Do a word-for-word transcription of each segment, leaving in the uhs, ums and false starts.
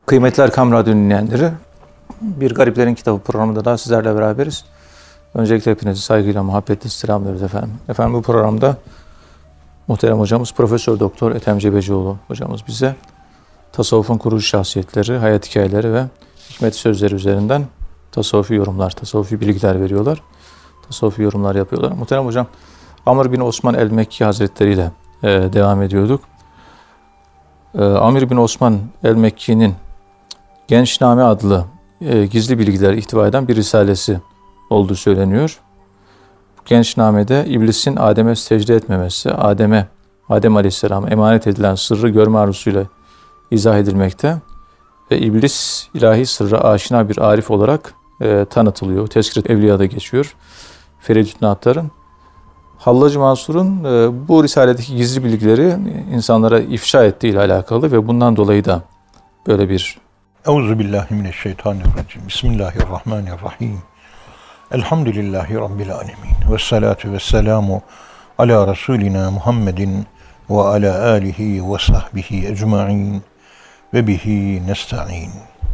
Kıymetli Erkam Radyo dinleyenleri, Bir Gariplerin Kitabı programında da sizlerle beraberiz. Öncelikle hepinizi saygıyla, muhabbetle selamlıyoruz efendim. Efendim bu programda muhterem hocamız Profesör Doktor Ethem Cebecioğlu hocamız bize tasavvufun kurucu şahsiyetleri, hayat hikayeleri ve hikmet sözleri üzerinden tasavvufi yorumlar, tasavvufi bilgiler veriyorlar. Tasavvufi yorumlar yapıyorlar. Muhterem hocam, Amr bin Osman el-Mekki Hazretleri ile e, devam ediyorduk. E, Amr bin Osman el-Mekki'nin Gençname adlı e, gizli bilgiler ihtiva eden bir risalesi olduğu söyleniyor. Gençname'de iblisin Adem'e secde etmemesi, Adem'e, Adem Aleyhisselam'a emanet edilen sırrı görme arzusuyla izah edilmekte ve iblis ilahi sırra aşina bir arif olarak e, tanıtılıyor. Tezkiret Evliya'da geçiyor. Feridüddin Attar'ın. Hallacı Mansur'un e, bu risaledeki gizli bilgileri insanlara ifşa ettiği ile alakalı ve bundan dolayı da böyle bir Euzubillahimineşşeytanirracim. Bismillahirrahmanirrahim. Elhamdülillahi Rabbil alemin. Vessalatu vesselamu ala Resulina Muhammedin ve ala alihi ve sahbihi ecma'in ve bihi nesta'in.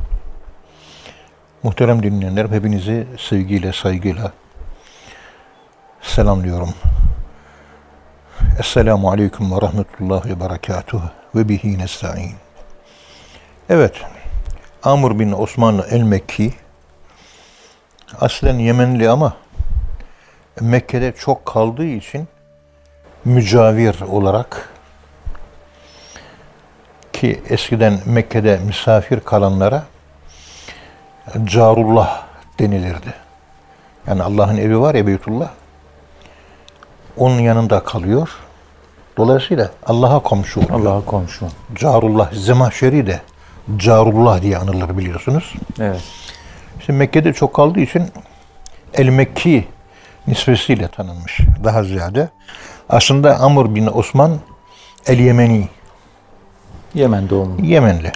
Muhterem dinleyenler, hepinizi sevgiyle, saygıyla selamlıyorum. Esselamu aleyküm ve rahmetullahi ve berekatuhu ve bihi nesta'in. Evet, Amr bin Osman el-Mekki aslen Yemenli ama Mekke'de çok kaldığı için mücavir olarak, ki eskiden Mekke'de misafir kalanlara Carullah denilirdi. Yani Allah'ın evi var ya, Beytullah, onun yanında kalıyor. Dolayısıyla Allah'a komşu oluyor. Allah'a komşu. Carullah, Zemahşeri de Carullah diye anılır, biliyorsunuz. Evet. İşte Mekke'de çok kaldığı için El-Mekki nisbesiyle tanınmış daha ziyade. Aslında Amr bin Osman El-Yemeni. Yemen doğumlu. Yemenli.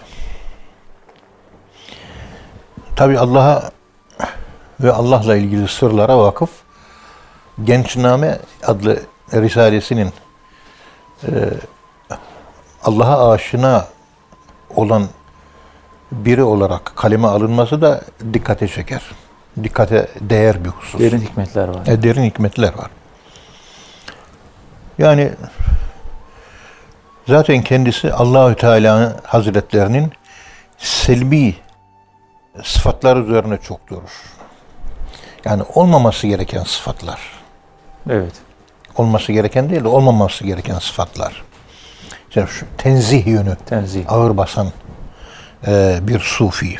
Tabi Allah'a ve Allah'la ilgili sırlara vakıf, Gençname adlı risalesinin e, Allah'a aşina olan biri olarak kaleme alınması da dikkate çeker. Dikkate değer bir husus. Derin hikmetler var. E, derin hikmetler var. Yani zaten kendisi Allahü Teala Hazretlerinin selbi sıfatlar üzerine çok durur. Yani olmaması gereken sıfatlar. Evet. Olması gereken değil de olmaması gereken sıfatlar. İşte şu tenzih yönü, Tenzih. ağır basan e, bir sufi.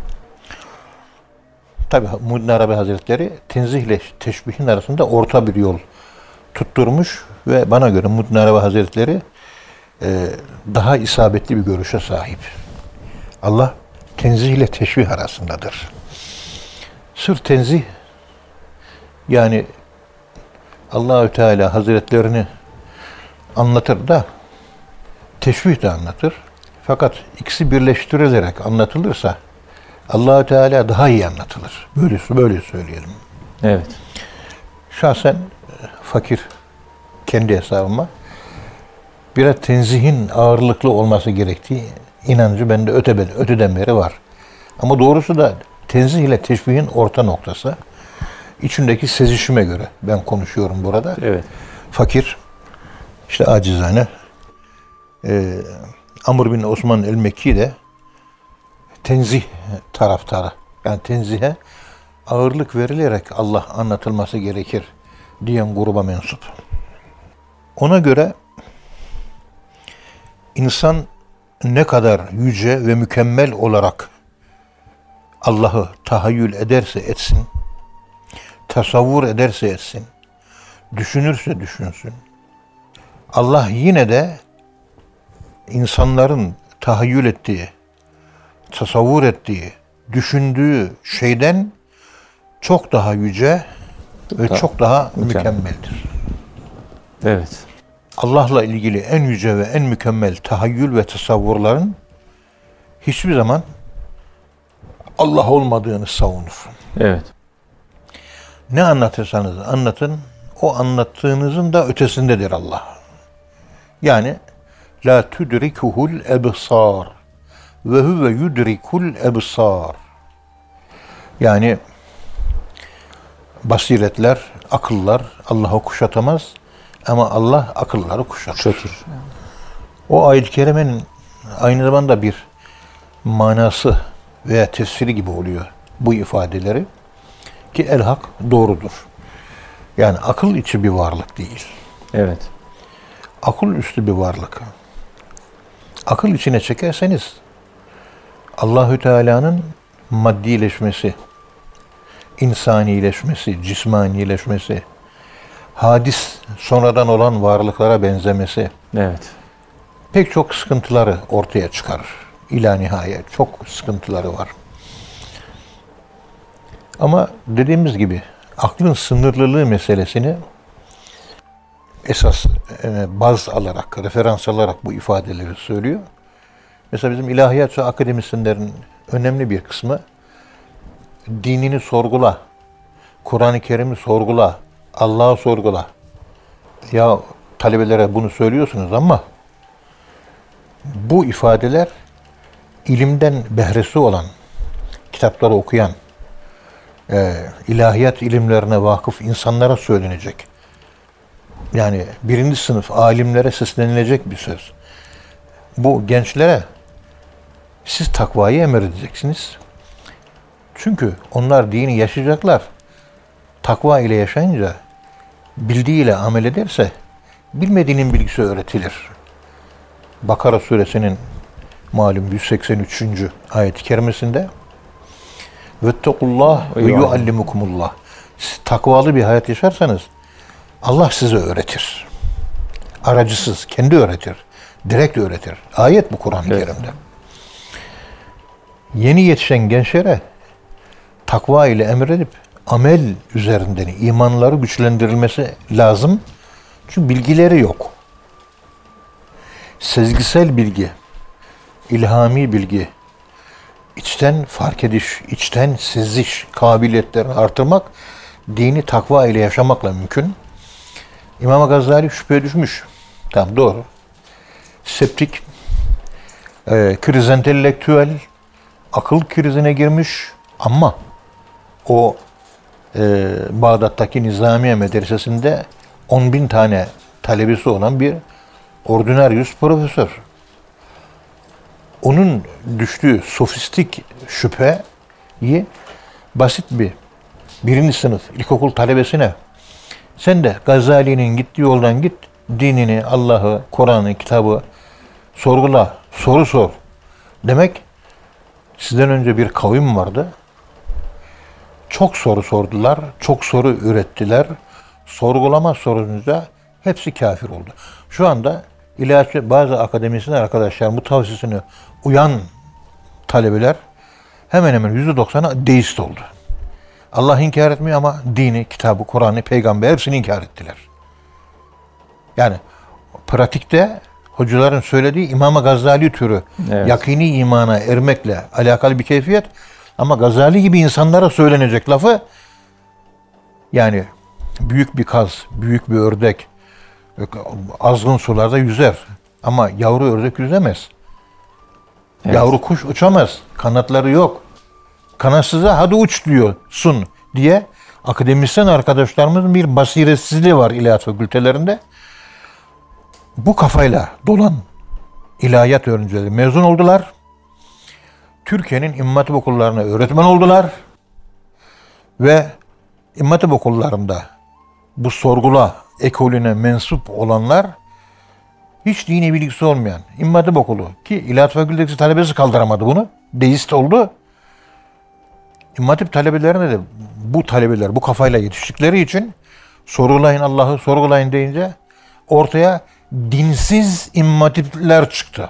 Tabi Muhyiddin Arabi Hazretleri tenzih ile teşbihin arasında orta bir yol tutturmuş ve bana göre Muhyiddin Arabi Hazretleri e, daha isabetli bir görüşe sahip. Allah tenzih ile teşbih arasındadır. Sırf tenzih, yani Allahü Teala Hazretlerini anlatır da teşbih de anlatır. Fakat ikisi birleştirilerek anlatılırsa Allahü Teala daha iyi anlatılır. Böyle böyle söyleyelim. Evet. Şahsen fakir, kendi hesabıma biraz tenzihin ağırlıklı olması gerektiği inancı bende öte, öteden beri var. Ama doğrusu da tenzih ile teşbihin orta noktası. İçindeki sezişime göre ben konuşuyorum burada. Evet. Fakir, işte acizane. Ee, Amr bin Osman el-Mekki de tenzih taraftarı. Yani tenzihe ağırlık verilerek Allah anlatılması gerekir diyen gruba mensup. Ona göre insan ne kadar yüce ve mükemmel olarak Allah'ı tahayyül ederse etsin, tasavvur ederse etsin, düşünürse düşünsün, Allah yine de insanların tahayyül ettiği, tasavvur ettiği, düşündüğü şeyden çok daha yüce ve Daha çok daha mükemmel. mükemmeldir. Evet. Allah'la ilgili en yüce ve en mükemmel tahayyül ve tasavvurların hiçbir zaman Allah olmadığını savunur. Evet. Ne anlatırsanız anlatın, o anlattığınızın da ötesindedir Allah. Yani la tudrikuhul ebsar ve huve yudrikul ebsar. Yani basiretler, akıllar Allah'ı kuşatamaz ama Allah akılları kuşatır. Kuşatır. O ayet-i kerimenin aynı zamanda bir manası veya tefsiri gibi oluyor bu ifadeleri ki el-hak doğrudur. Yani akıl içi bir varlık değil. Evet. Akıl üstü bir varlık. Akıl içine çekerseniz Allahü Teala'nın maddileşmesi, insanileşmesi, cismanileşmesi, hadis sonradan olan varlıklara benzemesi, Evet. pek çok sıkıntıları ortaya çıkarır. İlâ nihayet çok sıkıntıları var. Ama dediğimiz gibi aklın sınırlılığı meselesini esas e, baz alarak, referans alarak bu ifadeleri söylüyor. Mesela bizim ilahiyat ve akademisyenlerin önemli bir kısmı dinini sorgula, Kur'an-ı Kerim'i sorgula, Allah'ı sorgula. Ya talebelere bunu söylüyorsunuz ama bu ifadeler ilimden behresi olan, kitapları okuyan, e, ilahiyat ilimlerine vakıf insanlara söylenecek. Yani birinci sınıf alimlere seslenilecek bir söz. Bu gençlere siz takvayı emredeceksiniz. Çünkü onlar dini yaşayacaklar. Takva ile yaşayınca, bildiğiyle amel ederse, bilmediğinin bilgisi öğretilir. Bakara suresinin malum yüz seksen üçüncü ayet-i kerimesinde vettekullah ve yuallimukumullah. Siz takvalı bir hayat yaşarsanız Allah size öğretir. Aracısız, kendi öğretir. Direkt öğretir. Ayet bu Kur'an-ı Evet. Kerim'de. Yeni yetişen gençlere takva ile emredip amel üzerinden imanları güçlendirilmesi lazım. Çünkü bilgileri yok. Sezgisel bilgi, ilhami bilgi, içten fark ediş, içten seziş kabiliyetlerini artırmak dini takva ile yaşamakla mümkün. İmam Gazali şüpheye düşmüş. Tamam, doğru. Septik, e, kriz entelektüel, akıl krizine girmiş ama o e, Bağdat'taki Nizamiye Medresesi'nde on bin tane talebesi olan bir ordinaryüs profesör. Onun düştüğü sofistik şüpheyi basit bir birinci sınıf ilkokul talebesine sen de Gazali'nin gittiği yoldan git, dinini, Allah'ı, Kur'an'ı, kitabı sorgula, soru sor demek. Sizden önce bir kavim vardı. Çok soru sordular, çok soru ürettiler. Sorgulama sorunca hepsi kafir oldu. Şu anda ilahiyat bazı akademisyen arkadaşlar bu tavsiyesine uyan talebeler hemen hemen yüzde doksanı deist oldu. Allah inkar etmiyor ama dini, kitabı, Kur'an'ı, peygamber hepsini inkar ettiler. Yani pratikte hocaların söylediği İmam Gazali türü Evet. yakini imana ermekle alakalı bir keyfiyet ama Gazali gibi insanlara söylenecek lafı yani büyük bir kaz, büyük bir ördek azgın sularda yüzer ama yavru ördek yüzemez. Evet. Yavru kuş uçamaz. Kanatları yok. Kanatsıza hadi uç diyorsun diye akademisyen arkadaşlarımızın bir basiretsizliği var ilahiyat fakültelerinde. Bu kafayla dolan ilahiyat öğrencileri mezun oldular. Türkiye'nin İmam Hatip okullarına öğretmen oldular. Ve İmam Hatip okullarında bu sorgula ekolüne mensup olanlar hiç dini bilgisi olmayan İmam Hatip okulu ki İlahiyat Fakültesi talebesi kaldıramadı bunu. Deist oldu. İmam Hatip talebelerine de bu talebeler bu kafayla yetiştikleri için sorgulayın Allah'ı, sorgulayın deyince ortaya dinsiz İmam Hatipler çıktı.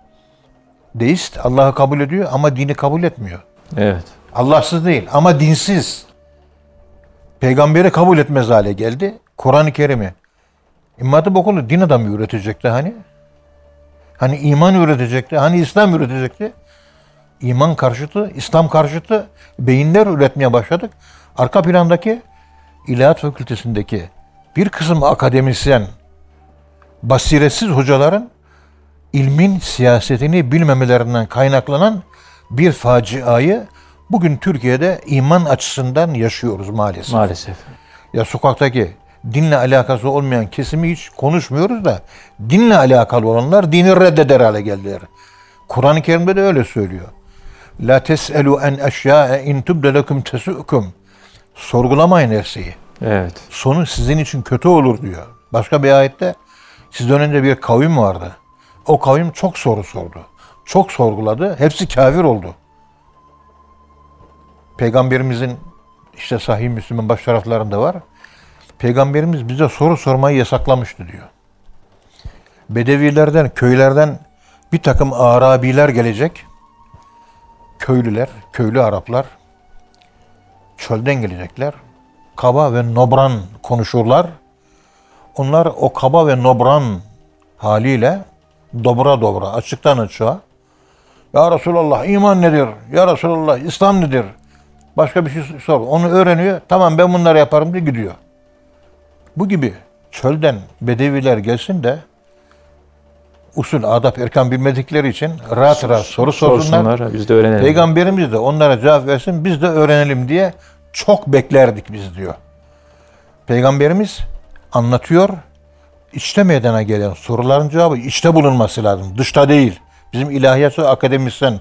Deist Allah'ı kabul ediyor ama dini kabul etmiyor. Evet. Allahsız değil ama dinsiz. Peygamberi kabul etmez hale geldi. Kur'an-ı Kerim'i. İmam Hatip okulu din adamı üretecekti hani. Hani iman üretecekti. Hani İslam üretecekti. İman karşıtı, İslam karşıtı beyinler üretmeye başladık. Arka plandaki İlahiyat Fakültesindeki bir kısım akademisyen, basiretsiz hocaların ilmin siyasetini bilmemelerinden kaynaklanan bir faciayı bugün Türkiye'de iman açısından yaşıyoruz maalesef. Maalesef. Ya sokaktaki dinle alakası olmayan kesimi hiç konuşmuyoruz da dinle alakalı olanlar dini reddeder hale geldiler. Kur'an-ı Kerim'de de öyle söylüyor. La tes'elu en eşya'e in tubde lekum tesu'kum. Sorgulamayın her şeyi. Evet. Sonu sizin için kötü olur diyor. Başka bir ayette sizden önce bir kavim vardı. O kavim çok soru sordu. Çok sorguladı. Hepsi kafir oldu. Peygamberimizin işte Sahih Müslim'in baş taraflarında var. Peygamberimiz bize soru sormayı yasaklamıştı diyor. Bedevilerden, köylerden bir takım Arabiler gelecek. Köylüler, köylü Araplar çölden gelecekler. Kaba ve nobran konuşurlar. Onlar o kaba ve nobran haliyle dobra dobra, açıktan açığa Ya Resulallah iman nedir? Ya Resulallah İslam nedir? Başka bir şey sor. Onu öğreniyor. Tamam ben bunları yaparım diye gidiyor. Bu gibi çölden bedeviler gelsin de usul, adap, erkan bilmedikleri için rahat rahat soru sorsunlar. Sorsunlar, biz de öğrenelim. Peygamberimiz de onlara cevap versin, biz de öğrenelim diye çok beklerdik biz diyor. Peygamberimiz anlatıyor, içte meydana gelen soruların cevabı içte bulunması lazım, dışta değil. Bizim ilahiyatçı akademisyen,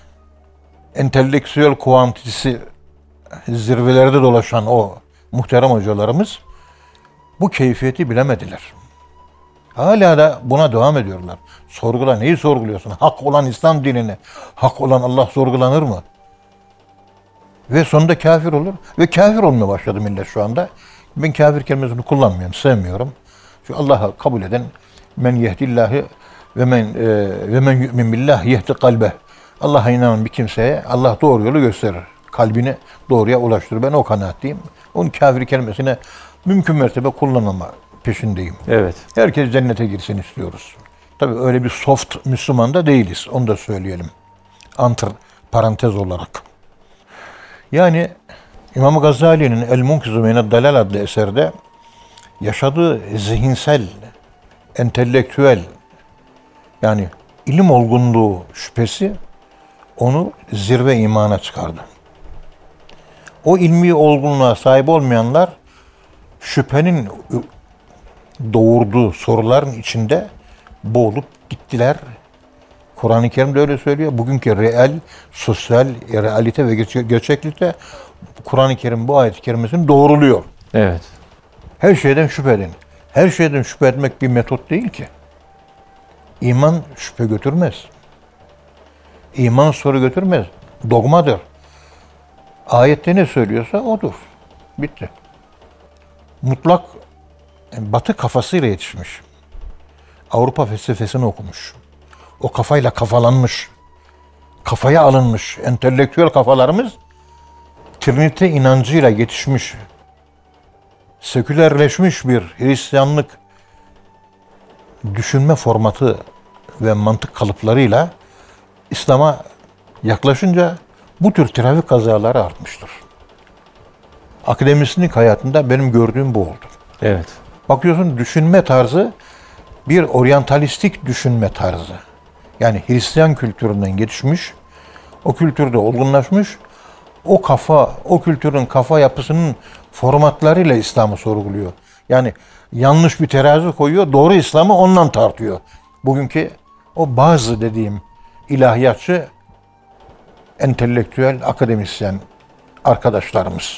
entelektüel kuantitesi zirvelerde dolaşan o muhterem hocalarımız bu keyfiyeti bilemediler. Hala da buna devam ediyorlar. Sorgula, neyi sorguluyorsun? Hak olan İslam dinini, hak olan Allah sorgulanır mı? Ve sonunda kafir olur. Ve kafir olmaya başladı millet şu anda. Ben kafir kelimesini kullanmıyorum, sevmiyorum. Çünkü Allah'ı kabul eden men yehdillâhi ve men e, ve men yu'min billah yehdi kalbe. Allah'a inanan bir kimseye Allah doğru yolu gösterir. Kalbini doğruya ulaştırır. Ben o kanaatteyim. Onun kafir kelimesine mümkün mertebe kullanılma peşindeyim. Evet. Herkes cennete girsin istiyoruz. Tabii öyle bir soft Müslüman da değiliz. Onu da söyleyelim. Antır parantez olarak. Yani İmam Gazali'nin El-Munkizu Mined Dalal adlı eserde yaşadığı zihinsel, entelektüel yani ilim olgunluğu şüphesi onu zirve imana çıkardı. O ilmi olgunluğa sahip olmayanlar şüphenin doğurduğu soruların içinde boğulup gittiler. Kur'an-ı Kerim de öyle söylüyor. Bugünkü reel, sosyal realite ve gerçeklikte Kur'an-ı Kerim bu ayet-i kerimesini doğruluyor. Evet. Her şeyden şüphe edin. Her şeyden şüphe etmek bir metot değil ki. İman şüphe götürmez. İman soru götürmez. Dogmadır. Ayette ne söylüyorsa odur. Bitti. Mutlak yani Batı kafasıyla yetişmiş. Avrupa felsefesini okumuş. O kafayla kafalanmış. Kafaya alınmış. Entelektüel kafalarımız Trinite inancıyla yetişmiş. Sekülerleşmiş bir Hristiyanlık düşünme formatı ve mantık kalıplarıyla İslam'a yaklaşınca bu tür trafik kazaları artmıştır. Akademisyenlik hayatında benim gördüğüm bu oldu. Evet. Bakıyorsun düşünme tarzı bir oryantalistik düşünme tarzı. Yani Hristiyan kültüründen geçmiş, o kültürde olgunlaşmış, o kafa, o kültürün kafa yapısının formatlarıyla İslam'ı sorguluyor. Yani yanlış bir terazi koyuyor, doğru İslam'ı ondan tartıyor. Bugünkü o bazı dediğim ilahiyatçı, entelektüel, akademisyen arkadaşlarımız.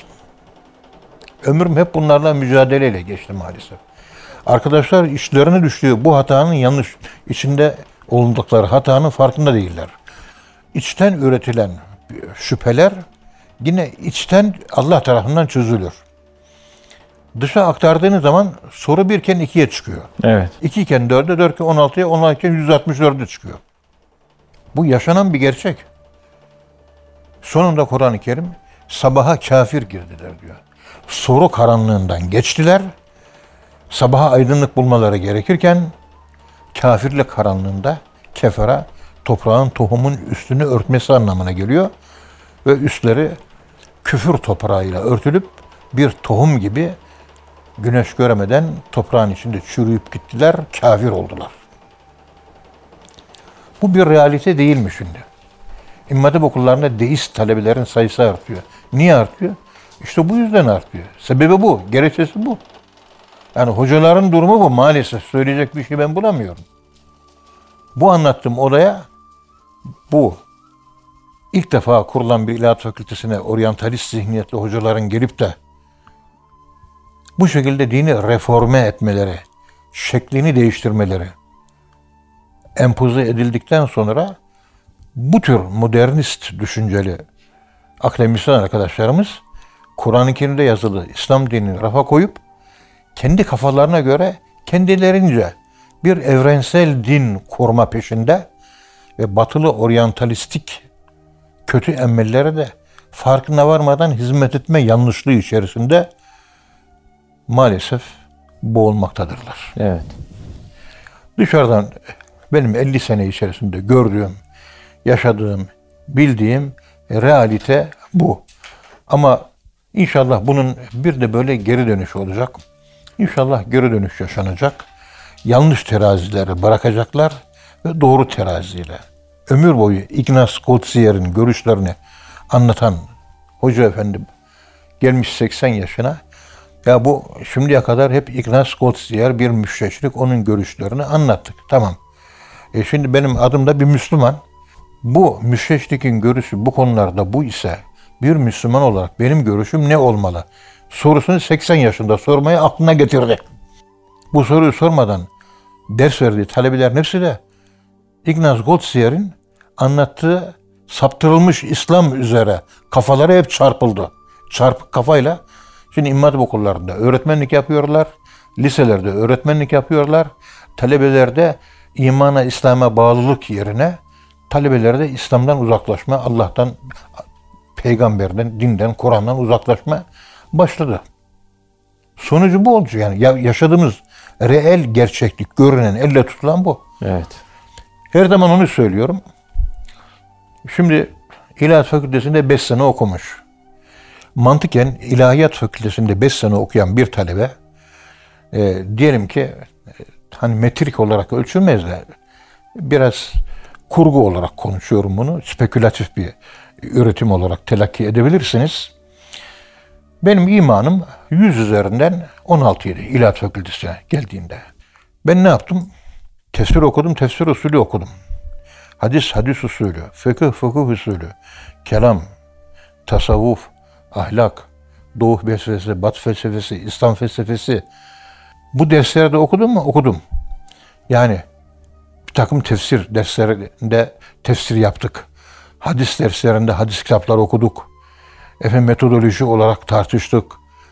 Ömrüm hep bunlarla mücadeleyle geçti maalesef. Arkadaşlar işlerine düştüğü bu hatanın yanlış, içinde bulundukları hatanın farkında değiller. İçten üretilen şüpheler yine içten Allah tarafından çözülür. Dışa aktardığınız zaman soru birken ikiye çıkıyor. Evet. İki iken dörde, dört iken on altıya, on altı iken yüz altmış dörde çıkıyor. Bu yaşanan bir gerçek. Sonunda Kur'an-ı Kerim sabaha kafir girdiler diyor. Soru karanlığından geçtiler. Sabaha aydınlık bulmaları gerekirken kafirlik karanlığında kefera toprağın tohumun üstünü örtmesi anlamına geliyor. Ve üstleri küfür toprağıyla örtülüp bir tohum gibi güneş göremeden toprağın içinde çürüyüp gittiler, kafir oldular. Bu bir realite değil mi şimdi? İmam Hatip okullarında deist talebelerin sayısı artıyor. Niye artıyor? İşte bu yüzden artıyor. Sebebi bu. Gerekçesi bu. Yani hocaların durumu bu maalesef. Söyleyecek bir şey ben bulamıyorum. Bu anlattığım olaya bu ilk defa kurulan bir ilahiyat fakültesine oryantalist zihniyetli hocaların gelip de bu şekilde dini reforme etmeleri, şeklini değiştirmeleri empoze edildikten sonra bu tür modernist düşünceli akademisyen arkadaşlarımız Kur'an-ı Kerim'de yazılı İslam dinini rafa koyup kendi kafalarına göre kendilerince bir evrensel din kurma peşinde ve batılı oryantalistik kötü emmellere de farkına varmadan hizmet etme yanlışlığı içerisinde maalesef boğulmaktadırlar. Evet. Dışarıdan benim elli sene içerisinde gördüğüm, yaşadığım, bildiğim realite bu. Ama inşallah bunun bir de böyle geri dönüşü olacak. İnşallah geri dönüş yaşanacak. Yanlış terazileri bırakacaklar ve doğru teraziyle ömür boyu Ignaz Goldzier'in görüşlerini anlatan hoca efendi gelmiş seksen yaşına. Ya bu şimdiye kadar hep Ignaz Goldzier bir müşteşrik, onun görüşlerini anlattık. Tamam. E şimdi benim adım da bir Müslüman. Bu müşteşrikin görüşü bu konularda bu ise bir Müslüman olarak benim görüşüm ne olmalı? Sorusunu seksen yaşında sormayı aklına getirdi. Bu soruyu sormadan ders verdiği talebelerin hepsi de Ignaz Goldzier'in anlattığı saptırılmış İslam üzere kafaları hep çarpıldı. Çarpık kafayla şimdi İmam Hatip okullarında öğretmenlik yapıyorlar, liselerde öğretmenlik yapıyorlar, talebelerde imana, İslam'a bağlılık yerine talebelerde İslam'dan uzaklaşma, Allah'tan, peygamberden, dinden, Kur'an'dan uzaklaşma başladı. Sonucu bu oldu. Yani yaşadığımız reel gerçeklik, görünen, elle tutulan bu. Evet. Her zaman onu söylüyorum. Şimdi İlahiyat Fakültesi'nde beş sene okumuş. Mantıken İlahiyat Fakültesi'nde beş sene okuyan bir talebe e, diyelim ki e, hani metrik olarak ölçülmez de biraz kurgu olarak konuşuyorum bunu. Spekülatif bir üretim olarak telakki edebilirsiniz. Benim imanım yüz üzerinden on altı idi İlahiyat Fakültesi'ne geldiğinde. Ben ne yaptım? Tefsir okudum, tefsir usulü okudum. Hadis, hadis usulü, fıkıh, fıkıh usulü, kelam, tasavvuf, ahlak, doğu felsefesi, batı felsefesi, İslam felsefesi. Bu derslerde okudum mu? Okudum. Yani bir takım tefsir derslerinde tefsir yaptık. Hadis derslerinde hadis kitapları okuduk. Efendim metodoloji olarak tartıştık.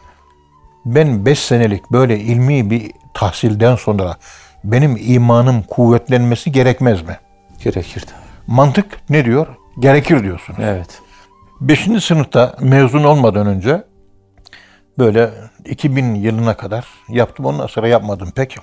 Ben beş senelik böyle ilmi bir tahsilden sonra benim imanım kuvvetlenmesi gerekmez mi? Gerekirdi. Mantık ne diyor? Gerekir diyorsunuz. Evet. Beşinci sınıfta mezun olmadan önce böyle iki bin yılına kadar yaptım. Ondan sonra yapmadım pek.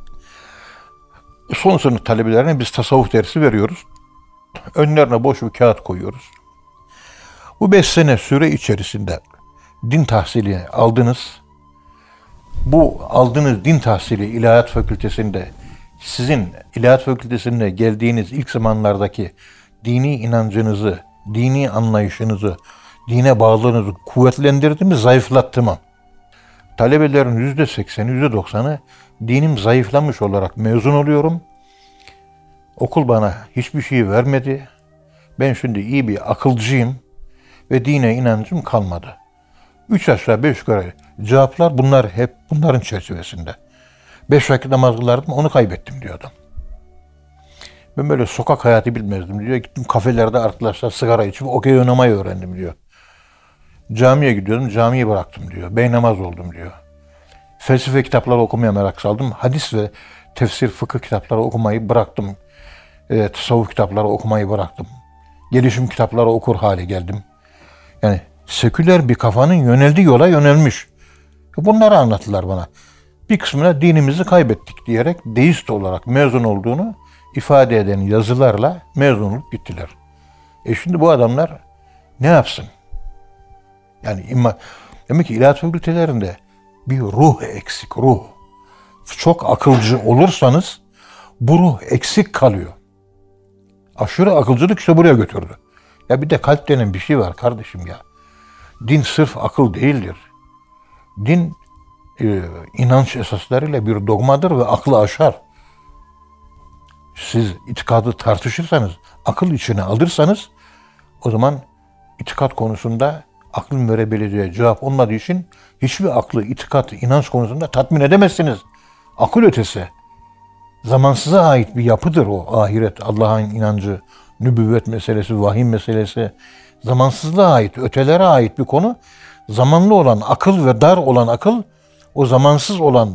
Son sınıf talebelerine biz tasavvuf dersi veriyoruz. Önlerine boş bir kağıt koyuyoruz. Bu beş sene süre içerisinde din tahsili aldınız. Bu aldığınız din tahsili İlahiyat Fakültesi'nde sizin İlahiyat Fakültesi'ne geldiğiniz ilk zamanlardaki dini inancınızı, dini anlayışınızı, dine bağlılığınızı kuvvetlendirdi mi, zayıflattı mı? Talebelerin yüzde sekseni, yüzde doksanı dinim zayıflamış olarak mezun oluyorum. Okul bana hiçbir şey vermedi. Ben şimdi iyi bir akılcıyım ve dine inancım kalmadı. Üç aşağı beş yukarı cevaplar bunlar hep bunların çerçevesinde. Beş vakit namaz kılardım, onu kaybettim diyor adam. Ben böyle sokak hayatı bilmezdim diyor. Gittim kafelerde arkadaşlar sigara içip okey oynamayı öğrendim diyor. Camiye gidiyordum, camiyi bıraktım diyor. Beynamaz oldum diyor. Felsefe kitapları okumaya merak saldım. Hadis ve tefsir, fıkıh kitapları okumayı bıraktım. E, tasavvuf kitapları okumayı bıraktım. Gelişim kitapları okur hale geldim. Yani seküler bir kafanın yöneldiği yola yönelmiş. Bunları anlattılar bana. Bir kısmına dinimizi kaybettik diyerek deist olarak mezun olduğunu ifade eden yazılarla mezun olup gittiler. E şimdi bu adamlar ne yapsın? Yani imma, demek ki ilahiyat fakültelerinde bir ruh eksik, ruh. Çok akılcı olursanız bu ruh eksik kalıyor. Aşırı akılcılık işte buraya götürdü. Ya bir de kalp denen bir şey var kardeşim ya. Din sırf akıl değildir. Din e, inanç esaslarıyla bir dogmadır ve aklı aşar. Siz itikadı tartışırsanız, akıl içine alırsanız o zaman itikat konusunda aklın verebileceği cevap olmadığı için hiçbir aklı, itikat, inanç konusunda tatmin edemezsiniz. Akıl ötesi. Zamansıza ait bir yapıdır o ahiret, Allah'ın inancı, nübüvvet meselesi, vahiy meselesi. Zamansızlığa ait, ötelere ait bir konu. Zamanlı olan akıl ve dar olan akıl, o zamansız olan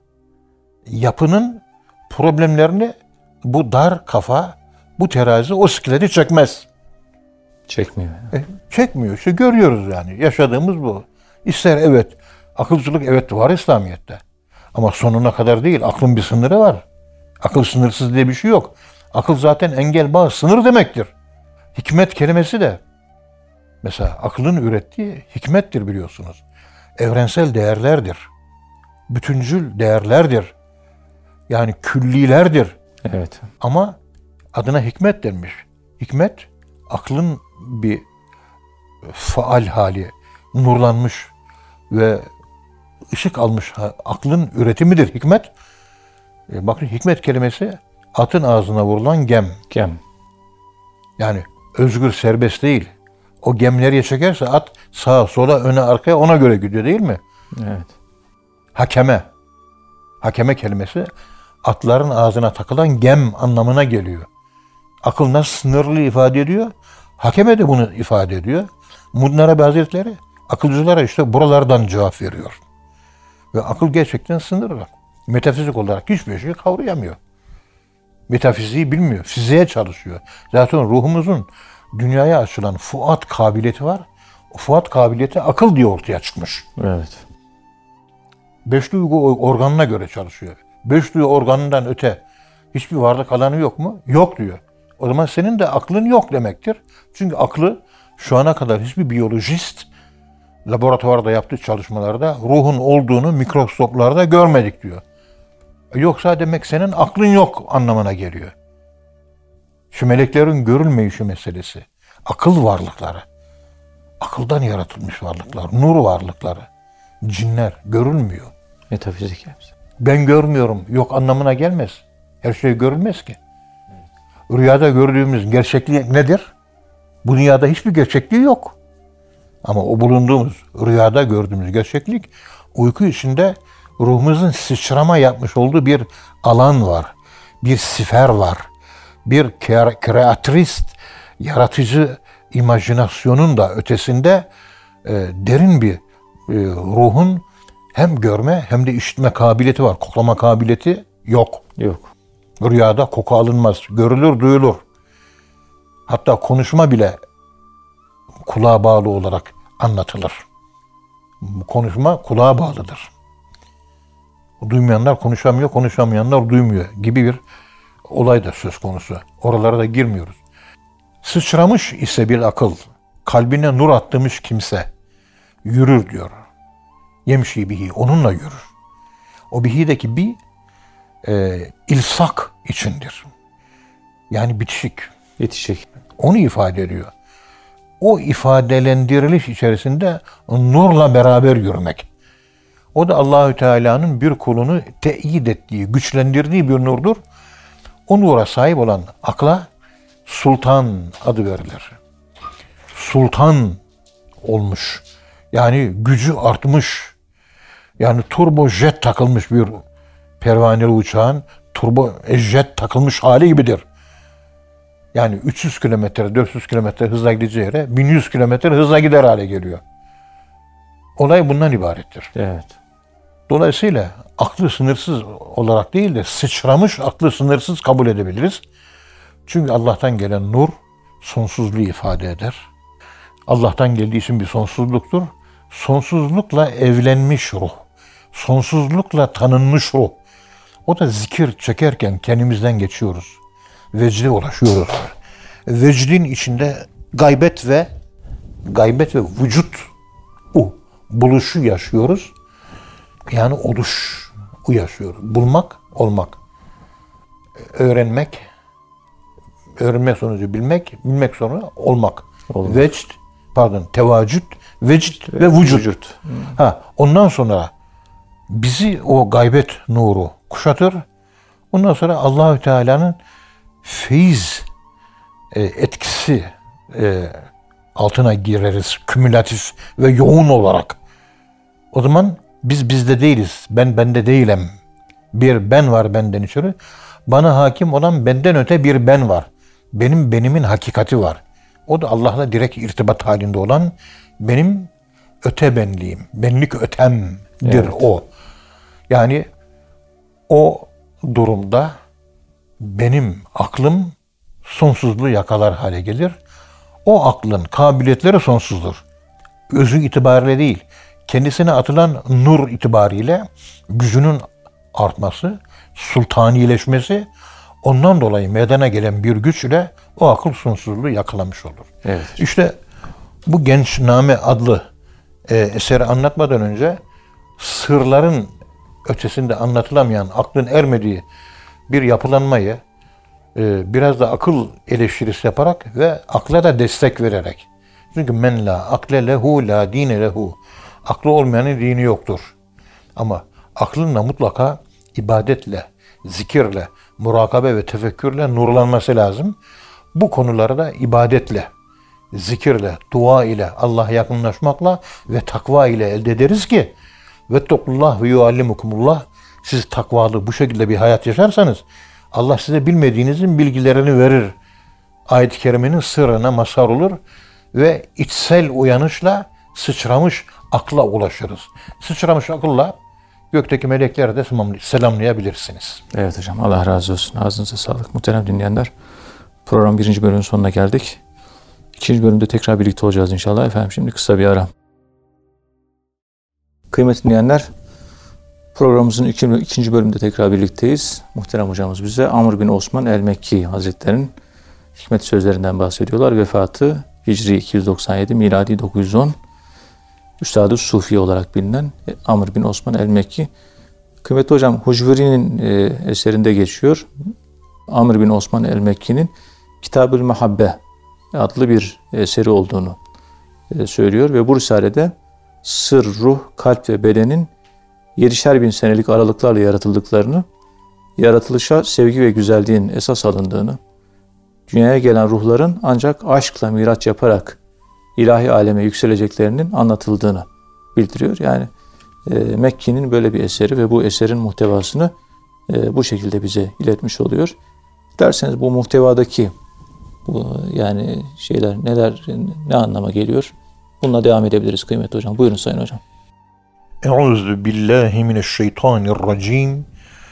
yapının problemlerini bu dar kafa, bu terazi o sikileti çekmez. Çekmiyor. E, çekmiyor. İşte görüyoruz yani. Yaşadığımız bu. İster evet, akılcılık evet var İslamiyet'te. Ama sonuna kadar değil. Aklın bir sınırı var. Akıl sınırsız diye bir şey yok. Akıl zaten engel, bağ, sınır demektir. Hikmet kelimesi de mesela akılın ürettiği hikmettir biliyorsunuz. Evrensel değerlerdir. Bütüncül değerlerdir. Yani küllilerdir. Evet. Ama adına hikmet denmiş. Hikmet aklın bir faal hali, nurlanmış ve ışık almış aklın üretimidir hikmet. E, bakın hikmet kelimesi atın ağzına vurulan gem. Gem. Yani özgür, serbest değil. O gem nereye çekerse at sağa, sola, öne, arkaya ona göre gidiyor değil mi? Evet. Hakeme. Hakeme kelimesi atların ağzına takılan gem anlamına geliyor. Akıl nasıl sınırlı ifade ediyor? Hakeme de bunu ifade ediyor. Muhyiddin Arabi Hazretleri akılcılara işte buralardan cevap veriyor. Ve akıl gerçekten sınırlı. Metafizik olarak hiçbir şey kavrayamıyor. Metafiziği bilmiyor. Fiziğe çalışıyor. Zaten ruhumuzun dünyaya açılan fuat kabiliyeti var. O fuat kabiliyeti akıl diye ortaya çıkmış. Evet. Beş duygu organına göre çalışıyor. Beş duygu organından öte hiçbir varlık alanı yok mu? Yok diyor. O zaman senin de aklın yok demektir. Çünkü aklı şu ana kadar hiçbir biyolojist laboratuvarda yaptığı çalışmalarda ruhun olduğunu mikroskoplarda görmedik diyor. Yoksa demek senin aklın yok anlamına geliyor. Şu meleklerin görülmeyişi meselesi. Akıl varlıkları. Akıldan yaratılmış varlıklar. Nur varlıkları. Cinler görülmüyor. Metafizik hepsi. Ben görmüyorum. Yok anlamına gelmez. Her şey görülmez ki. Rüyada gördüğümüz gerçekliği nedir? Bu dünyada hiçbir gerçekliği yok. Ama o bulunduğumuz rüyada gördüğümüz gerçeklik uyku içinde ruhumuzun sıçrama yapmış olduğu bir alan var. Bir sifer var. Bir kreatrist, yaratıcı imajinasyonun da ötesinde e, derin bir e, ruhun hem görme hem de işitme kabiliyeti var. Koklama kabiliyeti yok. Yok. Rüyada koku alınmaz. Görülür, duyulur. Hatta konuşma bile kulağa bağlı olarak anlatılır. Konuşma kulağa bağlıdır. Duymayanlar konuşamıyor, konuşamayanlar duymuyor gibi bir olay da söz konusu. Oralara da girmiyoruz. Sıçramış ise bir akıl, kalbine nur attırmış kimse yürür diyor. Yemşi bihi, onunla yürür. O bihideki bi e, ilsak içindir. Yani bitişik. Yetişik. Onu ifade ediyor. O ifadelendiriliş içerisinde nurla beraber yürümek. O da Allahü Teala'nın bir kulunu teyit ettiği, güçlendirdiği bir nurdur. O nura sahip olan akla sultan adı verilir. Sultan olmuş. Yani gücü artmış. Yani turbo jet takılmış bir pervaneli uçağın turbo jet takılmış hali gibidir. Yani üç yüz kilometre, dört yüz kilometre hızla gideceği yere bin yüz kilometre hızla gider hale geliyor. Olay bundan ibarettir. Evet. Dolayısıyla aklı sınırsız olarak değil de sıçramış aklı sınırsız kabul edebiliriz. Çünkü Allah'tan gelen nur sonsuzluğu ifade eder. Allah'tan geldiği için bir sonsuzluktur. Sonsuzlukla evlenmiş ruh. Sonsuzlukla tanınmış ruh. O da zikir çekerken kendimizden geçiyoruz. Vecde ulaşıyoruz. Vecdin içinde gaybet ve gaybet ve vücut u buluşu yaşıyoruz. Yani oluş u yaşıyoruz. Bulmak, olmak. Öğrenmek, öğrenmek sonucu bilmek, bilmek sonra olmak. Olmak. Vecd, pardon, tevacüd, vecd ve vücut. Vücut. Ha, ondan sonra bizi o gaybet nuru kuşatır. Ondan sonra Allahü Teala'nın feyiz e, etkisi e, altına gireriz. Kümülatif ve yoğun olarak. O zaman biz bizde değiliz. Ben bende değilim. Bir ben var benden içeri. Bana hakim olan benden öte bir ben var. Benim benimin hakikati var. O da Allah'la direkt irtibat halinde olan benim öte benliğim. Benlik ötemdir evet. O. Yani o durumda benim aklım sonsuzluğu yakalar hale gelir. O aklın kabiliyetleri sonsuzdur. Özü itibariyle değil, kendisine atılan nur itibariyle gücünün artması, sultanileşmesi, ondan dolayı meydana gelen bir güçle o akıl sonsuzluğu yakalamış olur. Evet. İşte bu Gençname adlı e, eseri anlatmadan önce sırların ötesinde anlatılamayan, aklın ermediği bir yapılanmayı e, biraz da akıl eleştirisi yaparak ve akla da destek vererek. Çünkü men la akle lehu la dine lehu. Aklı olmayanın dini yoktur. Ama aklınla mutlaka ibadetle, zikirle, murakabe ve tefekkürle nurlanması lazım. Bu konuları da ibadetle, zikirle, dua ile, Allah'a yakınlaşmakla ve takva ile elde ederiz ki vettekullah ve yuallimukumullah. Siz takvalı bu şekilde bir hayat yaşarsanız Allah size bilmediğinizin bilgilerini verir. Ayet-i kerimenin sırrına mazhar olur ve içsel uyanışla sıçramış akla ulaşırız. Sıçramış akılla gökteki melekleri de selamlayabilirsiniz. Evet hocam, Allah razı olsun. Ağzınıza sağlık. Muhterem dinleyenler, program birinci bölümün sonuna geldik. İkinci bölümde tekrar birlikte olacağız inşallah. Efendim şimdi kısa bir ara. Kıymetli dinleyenler, programımızın iki, ikinci bölümde tekrar birlikteyiz. Muhterem hocamız bize Amr bin Osman el-Mekki Hazretleri'nin hikmet sözlerinden bahsediyorlar. Vefatı Hicri iki yüz doksan yedi, miladi dokuz yüz on. Üstad-ı Sufi olarak bilinen Amr bin Osman el-Mekki. Kıymetli hocam, Hucveri'nin e, eserinde geçiyor. Amr bin Osman el-Mekki'nin Kitab-ül Muhabbe adlı bir eseri olduğunu e, söylüyor ve bu risalede sır, ruh, kalp ve bedenin yedişer bin senelik aralıklarla yaratıldıklarını, yaratılışa sevgi ve güzelliğin esas alındığını, dünyaya gelen ruhların ancak aşkla miraç yaparak ilahi aleme yükseleceklerinin anlatıldığını bildiriyor. Yani e, Mekki'nin böyle bir eseri ve bu eserin muhtevasını e, bu şekilde bize iletmiş oluyor. Derseniz bu muhtevadaki bu yani şeyler neler, ne anlama geliyor? Bununla devam edebiliriz kıymetli hocam. Buyurun sayın hocam. Euzu billahi mineşşeytanirracim.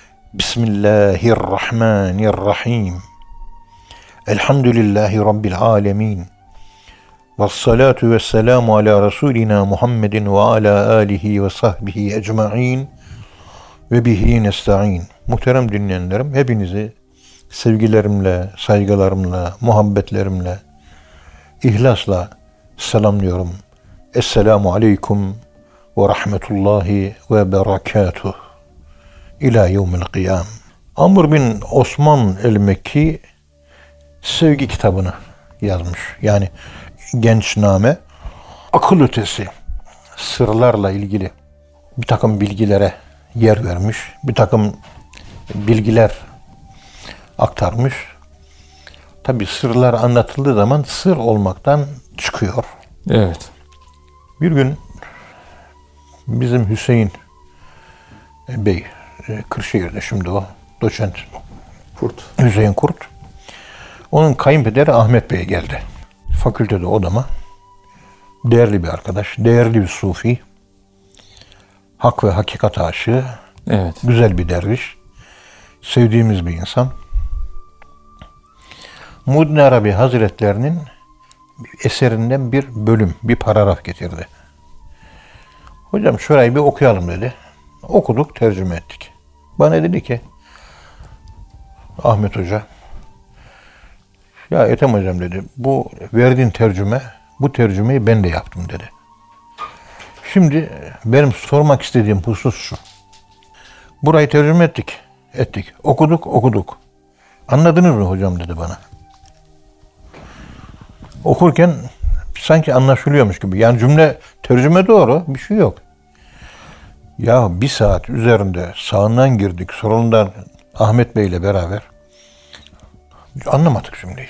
Bismillahirrahmanirrahim. Elhamdülillahi rabbil alemin. Vessalatu vesselamu ala Resulina Muhammedin ve ala alihi ve sahbihi ecma'in ve bihi nesta'in. Muhterem dinleyenlerim, hepinizi sevgilerimle, saygılarımla, muhabbetlerimle, ihlasla selamlıyorum. Esselamu aleyküm ve rahmetullahi ve berekatuh. İlâ yevmil kıyam. Amr bin Osman el-Mekki sevgi kitabını yazmış. Yani Gençname, akıl ötesi sırlarla ilgili bir takım bilgilere yer vermiş. Bir takım bilgiler aktarmış. Tabi sırlar anlatıldığı zaman sır olmaktan çıkıyor. Evet. Bir gün bizim Hüseyin Bey, Kırşehir'de şimdi o, doçent Kurt. Hüseyin Kurt. Onun kayınpederi Ahmet Bey geldi. Fakültede odama. Değerli bir arkadaş, değerli bir sufi. Hak ve hakikat aşığı. Evet. Güzel bir derviş. Sevdiğimiz bir insan. Muhyiddin Arabi Hazretlerinin eserinden bir bölüm, bir paragraf getirdi. Hocam şurayı bir okuyalım dedi. Okuduk, tercüme ettik. Bana dedi ki, Ahmet Hoca, ya Ethem Hocam dedi, bu verdiğin tercüme, bu tercümeyi ben de yaptım dedi. Şimdi benim sormak istediğim husus şu. Burayı tercüme ettik, ettik. Okuduk, okuduk. Anladınız mı hocam dedi bana. okurken sanki anlaşılıyormuş gibi. Yani cümle, tercüme doğru, bir şey yok. Ya bir saat üzerinde sağından girdik, solundan Ahmet Bey ile beraber anlamadık cümleyi.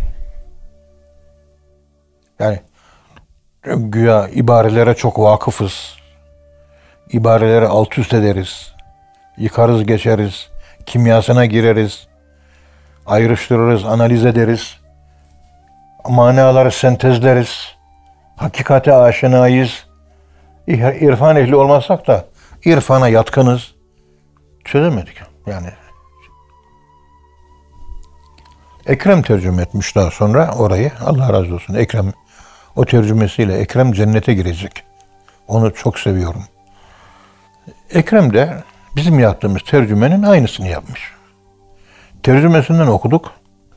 Yani güya ibarelere çok vakıfız. İbareleri alt üst ederiz. Yıkarız geçeriz. Kimyasına gireriz. Ayrıştırırız, analiz ederiz. Manaları sentezleriz. Hakikate aşinayız. İrfan ehli olmasak da irfana yatkınız. Çözemedik yani. Ekrem tercüme etmiş daha sonra orayı. Allah razı olsun. Ekrem o tercümesiyle Ekrem cennete girecek. Onu çok seviyorum. Ekrem de bizim yaptığımız tercümenin aynısını yapmış. Tercümesinden okuduk.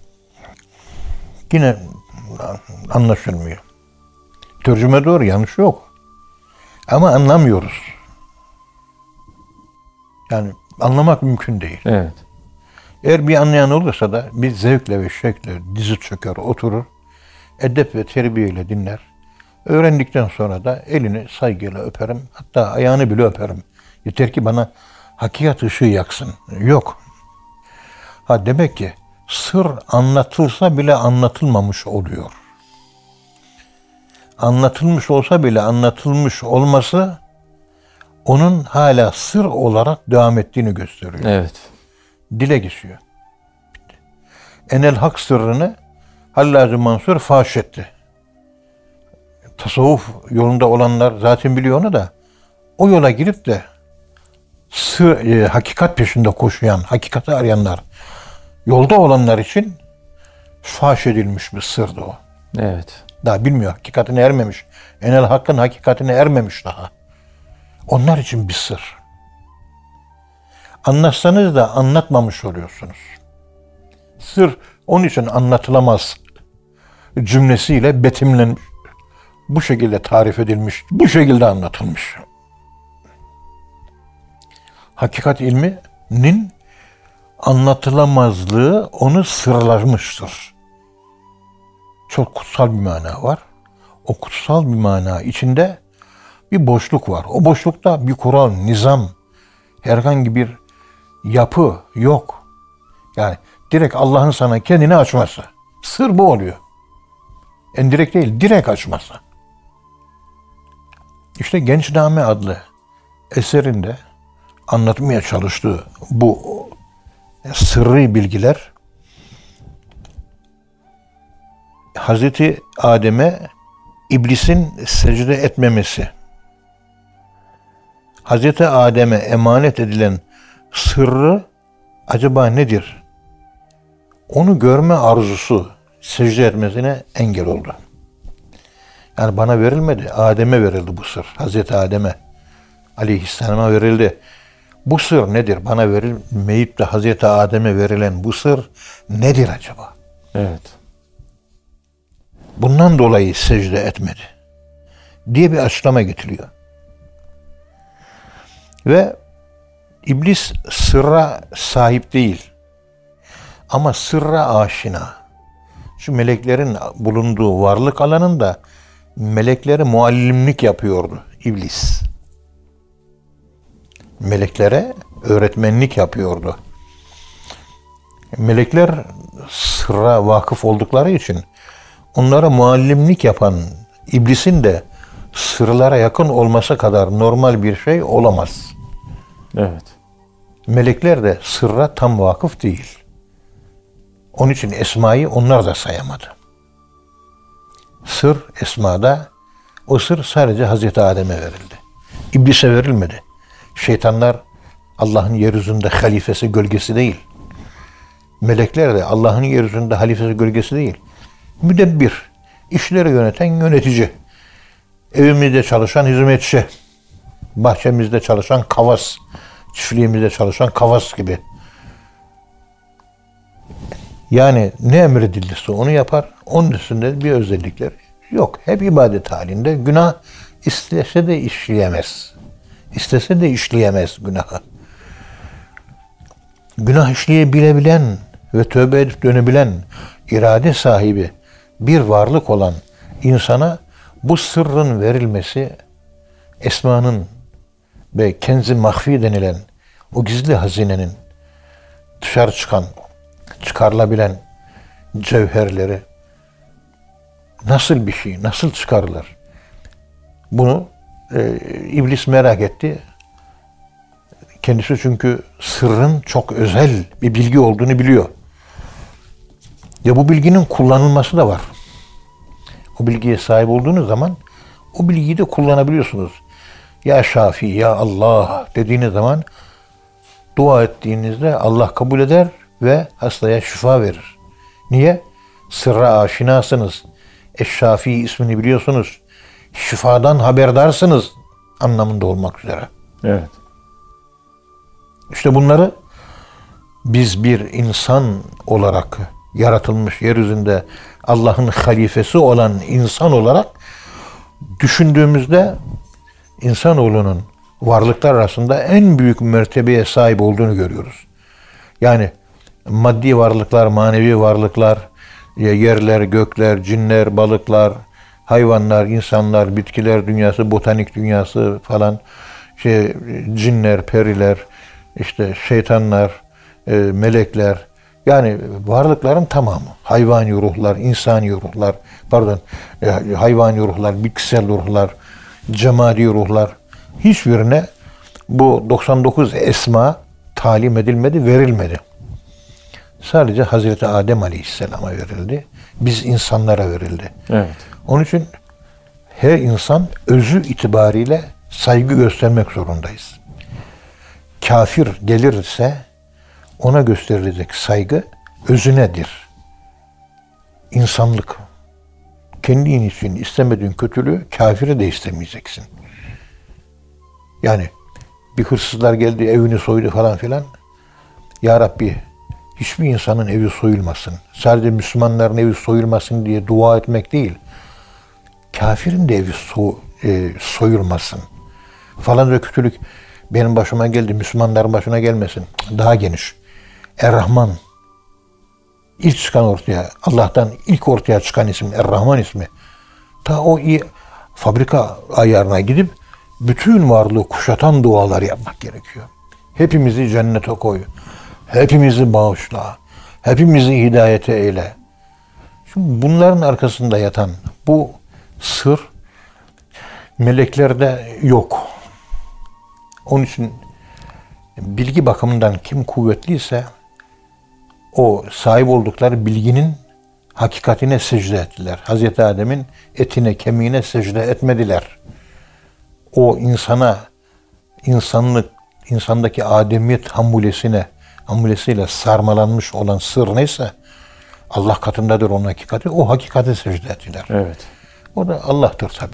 Yine anlaşılmıyor. Tercüme doğru, yanlış yok. Ama anlamıyoruz. Yani anlamak mümkün değil. Evet. Eğer bir anlayan olursa da bir zevkle ve şevkle dizi çöker, oturur, edep ve terbiyeyle dinler. Öğrendikten sonra da elini saygıyla öperim, hatta ayağını bile öperim. Yeter ki bana hakikat ışığı yaksın. Yok. Ha demek ki sır anlatılsa bile anlatılmamış oluyor. Anlatılmış olsa bile anlatılmış olması onun hala sır olarak devam ettiğini gösteriyor. Evet. Dile geçiyor. Bitti. Enel hak sırrını Hallacı Mansur faş etti. Tasavvuf yolunda olanlar zaten biliyor onu da o yola girip de sır, e, hakikat peşinde koşuyan, hakikati arayanlar, yolda olanlar için faş edilmiş bir sırdı o. Evet. Daha bilmiyor, hakikatine ermemiş. Enel hakkın hakikatine ermemiş daha. Onlar için bir sır. Anlatsanız da anlatmamış oluyorsunuz. Sır onun için anlatılamaz cümlesiyle betimlenmiş. Bu şekilde tarif edilmiş, bu şekilde anlatılmış. Hakikat ilminin anlatılamazlığı onu sırlaşmıştır. Çok kutsal bir mana var. O kutsal bir mana içinde bir boşluk var. O boşlukta bir kural, nizam, herhangi bir yapı yok. Yani direkt Allah'ın sana kendini açması. Sır bu oluyor. Endirekt değil, direkt açması. İşte Gençname adlı eserinde anlatmaya çalıştığı bu sırrı bilgiler Hazreti Adem'e iblisin secde etmemesi, Hazreti Adem'e emanet edilen sırrı acaba nedir? Onu görme arzusu secde etmesine engel oldu. Yani bana verilmedi, Adem'e verildi bu sır. Hazreti Adem'e aleyhisselama verildi. Bu sır nedir? Bana verilmeyip de Hazreti Adem'e verilen bu sır nedir acaba? Evet. Bundan dolayı secde etmedi diye bir açıklama getiriyor. Ve iblis sırra sahip değil. Ama sırra aşina. Şu meleklerin bulunduğu varlık alanında meleklere muallimlik yapıyordu iblis. Meleklere öğretmenlik yapıyordu. Melekler sırra vakıf oldukları için onlara muallimlik yapan iblisin de sırlara yakın olması kadar normal bir şey olamaz. Evet. Melekler de sırra tam vakıf değil. Onun için esmayı onlar da sayamadı. Sır esmada, o sır sadece Hazreti Adem'e verildi. İblise verilmedi. Şeytanlar Allah'ın yeryüzünde halifesi, gölgesi değil. Melekler de Allah'ın yeryüzünde halifesi, gölgesi değil. Müdebbir, işleri yöneten yönetici, evimizde çalışan hizmetçi, bahçemizde çalışan kavas, çiftliğimizde çalışan kavas gibi. Yani ne emredildiyse onu yapar, onun üstünde bir özellikleri yok. Hep ibadet halinde, günah istese de işleyemez. İstese de işleyemez günahı. Günah işleyebilebilen ve tövbe edip dönebilen irade sahibi bir varlık olan insana bu sırrın verilmesi, esmanın ve kenzi mahfi denilen o gizli hazinenin dışarı çıkan, çıkarılabilen cevherleri nasıl bir şey, nasıl çıkarılır? Bunu e, iblis merak etti. Kendisi çünkü sırrın çok özel bir bilgi olduğunu biliyor. Ya bu bilginin kullanılması da var. O bilgiye sahip olduğunuz zaman o bilgiyi de kullanabiliyorsunuz. Ya Şafi, ya Allah dediğiniz zaman dua ettiğinizde Allah kabul eder ve hastaya şifa verir. Niye? Sırra aşinasınız. Eş-Şafi ismini biliyorsunuz. Şifadan haberdarsınız anlamında olmak üzere. Evet. İşte bunları biz bir insan olarak yaratılmış yeryüzünde Allah'ın halifesi olan insan olarak düşündüğümüzde insanoğlunun varlıklar arasında en büyük mertebeye sahip olduğunu görüyoruz. Yani maddi varlıklar, manevi varlıklar, yerler, gökler, cinler, balıklar, hayvanlar, insanlar, bitkiler dünyası, botanik dünyası falan, şey, cinler, periler, işte şeytanlar, e, melekler, yani varlıkların tamamı, hayvani ruhlar, insani ruhlar, pardon, e, hayvani ruhlar, bitkisel ruhlar, cemadi ruhlar, hiçbirine bu doksan dokuz esma talim edilmedi, verilmedi. Sadece Hazreti Adem Aleyhisselam'a verildi. Biz insanlara verildi. Evet. Onun için her insan özü itibariyle saygı göstermek zorundayız. Kafir gelirse ona gösterilecek saygı özünedir. İnsanlık. Kendin için istemediğin kötülüğü kafire de istemeyeceksin. Yani bir hırsızlar geldi, evini soydu falan filan. Ya Rabbi, hiçbir insanın evi soyulmasın. Sadece Müslümanların evi soyulmasın diye dua etmek değil. Kafirin de evi so, e, soyulmasın. Falanca kötülük benim başıma geldi, Müslümanların başına gelmesin. Daha geniş. Er-Rahman. İlk çıkan ortaya, Allah'tan ilk ortaya çıkan isim Er-Rahman ismi. Ta o iyi fabrika ayarına gidip bütün varlığı kuşatan dualar yapmak gerekiyor. Hepimizi cennete koy. Hepimizi bağışla. Hepimizi hidayete eyle. Şimdi bunların arkasında yatan bu sır meleklerde yok. Onun için bilgi bakımından kim kuvvetliyse o sahip oldukları bilginin hakikatine secde ettiler. Hazreti Adem'in etine, kemiğine secde etmediler. O insana, insanlık, insandaki ademiyet hamulesine, hamulesiyle sarmalanmış olan sır neyse Allah katındadır onun hakikati. O hakikate secde ettiler. Evet. O da Allah'tır tabi.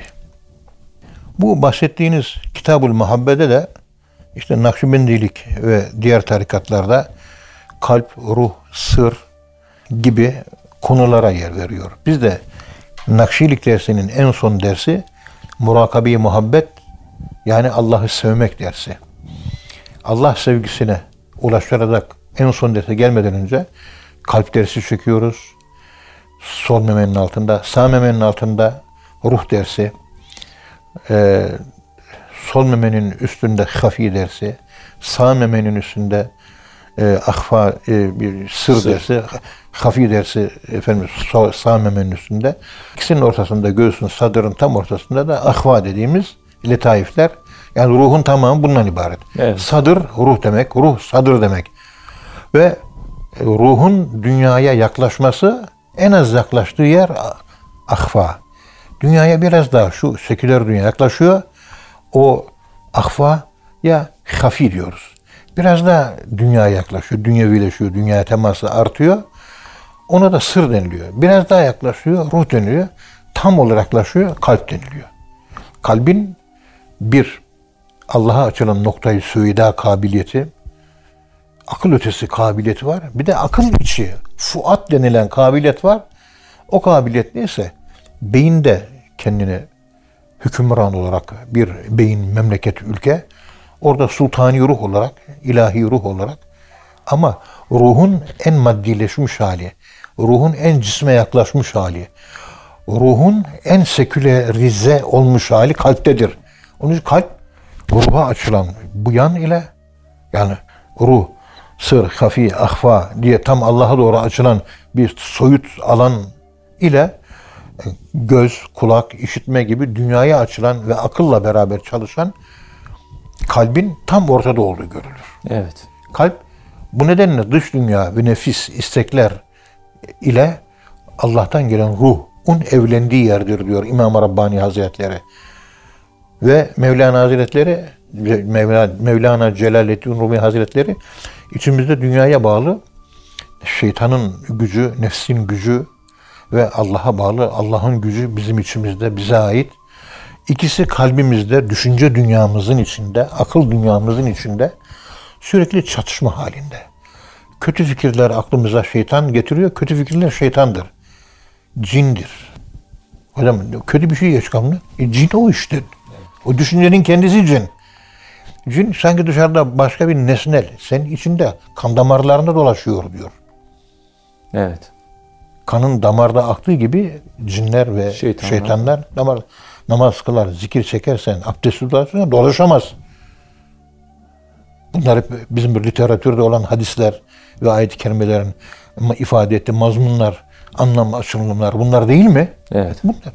Bu bahsettiğiniz Kitab-ül Muhabbede de işte Nakşibendilik ve diğer tarikatlarda kalp, ruh, sır gibi konulara yer veriyor. Biz de Nakşilik dersinin en son dersi Murakabe-i Muhabbet, yani Allah'ı sevmek dersi. Allah sevgisine ulaştırarak en son derse gelmeden önce kalp dersi çekiyoruz. Sol memenin altında, sağ memenin altında ruh dersi, ee, sol memenin üstünde hafi dersi, sağ memenin üstünde e, ahfa e, bir sır, sır dersi, hafi dersi efendim sağ, sağ memenin üstünde. İkisinin ortasında, göğsün, sadrın tam ortasında da ahva dediğimiz letaifler. Yani ruhun tamamı bundan ibaret. Evet. Sadır ruh demek, ruh sadır demek. Ve ruhun dünyaya yaklaşması, en az yaklaştığı yer ahfa. Dünyaya biraz daha şu seküler dünya yaklaşıyor. O ahfa ya hafi diyoruz. Biraz daha dünyaya yaklaşıyor, dünyevileşiyor, dünyaya teması artıyor. Ona da sır deniliyor. Biraz daha yaklaşıyor, ruh deniliyor. Tam olarak yaklaşıyor, kalp deniliyor. Kalbin bir Allah'a açılan noktayı süida kabiliyeti, akıl ötesi kabiliyeti var. Bir de akıl içi, fuat denilen kabiliyet var. O kabiliyet neyse, beyinde kendine hükümran olarak bir beyin, memleket, ülke, orada sultani ruh olarak, ilahi ruh olarak, ama ruhun en maddileşmiş hali, ruhun en cisme yaklaşmış hali. Ruhun en sekülerize olmuş hali kalptedir. Onun için kalp ruha açılan bu yan ile, yani ruh, sır, hafi, ahfa diye tam Allah'a doğru açılan bir soyut alan ile göz, kulak, işitme gibi dünyaya açılan ve akılla beraber çalışan kalbin tam ortada olduğu görülür. Evet. Kalp bu nedenle dış dünya ve nefis, istekler ile Allah'tan gelen ruhun evlendiği yerdir diyor İmam Rabbani Hazretleri. Ve Mevlana Hazretleri, Mevlana, Mevlana Celaleddin Rumi Hazretleri içimizde dünyaya bağlı şeytanın gücü, nefsin gücü ve Allah'a bağlı Allah'ın gücü bizim içimizde, bize ait. İkisi kalbimizde, düşünce dünyamızın içinde, akıl dünyamızın içinde sürekli çatışma halinde. Kötü fikirler aklımıza şeytan getiriyor. Kötü fikirler şeytandır. Cindir. Hocam kötü bir şey yaşamlı. E, cin o işte. O düşüncenin kendisi cin. Cin sanki dışarıda başka bir nesnel. Senin içinde kan damarlarında dolaşıyor diyor. Evet. Kanın damarda aktığı gibi cinler ve şeytanlar, şeytanlar damar, namaz kılar, zikir çekersen, abdest tutarsan dolaşamaz. Bunlar hep bizim bir literatürde olan hadisler ve ayet-i kerimelerin ifade ettiği mazmunlar, anlam açılımlar bunlar değil mi? Evet. Bunlar.